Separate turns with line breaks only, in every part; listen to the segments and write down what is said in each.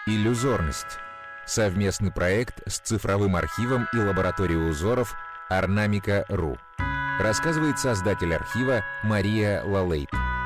Иллюзорность. Совместный проект с цифровым архивом и лабораторией узоров Орнамика.ру. Рассказывает создатель архива Мария Лалейт.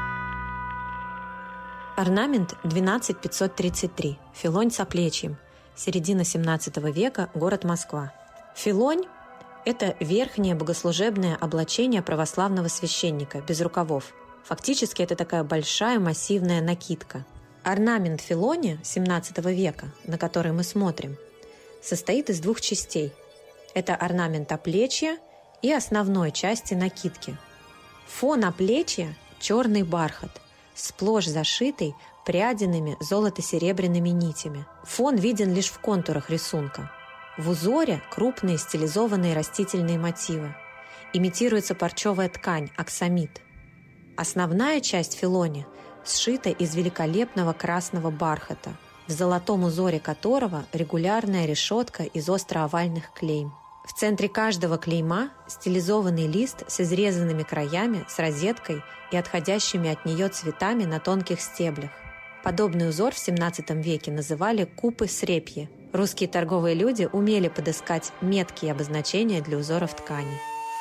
Орнамент 12533. Филонь с оплечьем. Середина 17 века. Город Москва. Филонь – это верхнее богослужебное облачение православного священника, без рукавов. Фактически это такая большая массивная накидка. Орнамент филоня 17 века, на который мы смотрим, состоит из двух частей. Это орнамент оплечья и основной части накидки. Фон оплечья – черный бархат, сплошь зашитый пряденными золото-серебряными нитями. Фон виден лишь в контурах рисунка. В узоре крупные стилизованные растительные мотивы. Имитируется парчевая ткань – аксамит. Основная часть филоня сшита из великолепного красного бархата, в золотом узоре которого регулярная решетка из остроовальных клейм. В центре каждого клейма стилизованный лист с изрезанными краями, с розеткой и отходящими от нее цветами на тонких стеблях. Подобный узор в XVII веке называли купы-срепье. Русские торговые люди умели подыскать меткие обозначения для узоров тканей.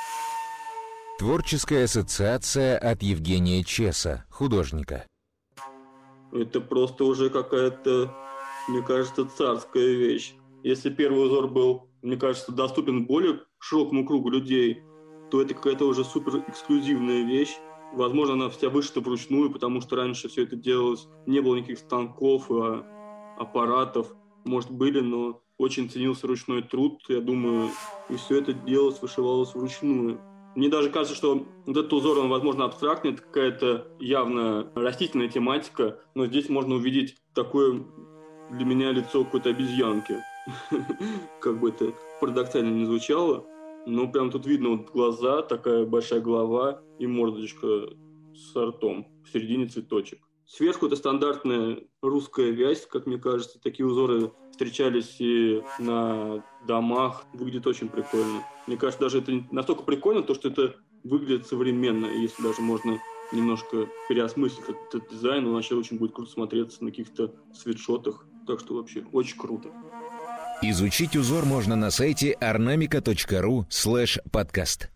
Творческая ассоциация от Евгения Чеса, художника.
Это просто уже какая-то, мне кажется, царская вещь. Если первый узор был, мне кажется, доступен более широкому кругу людей, то это какая-то уже супер эксклюзивная вещь. Возможно, она вся вышита вручную, потому что раньше все это делалось, не было никаких станков, аппаратов, может, были, но очень ценился ручной труд, я думаю, и все это делалось, вышивалось вручную. Мне даже кажется, что вот этот узор, он, возможно, абстрактный, это какая-то явно растительная тематика, но здесь можно увидеть такое для меня лицо какой-то обезьянки. Как бы это парадоксально не звучало, но прям тут видно вот глаза, такая большая голова и мордочка с ртом, в середине цветочек. Сверху это стандартная русская вязь, как мне кажется. Такие узоры встречались и на домах. Выглядит очень прикольно. Мне кажется, даже это настолько прикольно, то, что это выглядит современно. И если даже можно немножко переосмыслить этот дизайн, он вообще очень будет круто смотреться на каких-то свитшотах. Так что вообще очень круто.
Изучить узор можно на сайте ornamica.ru/podcast.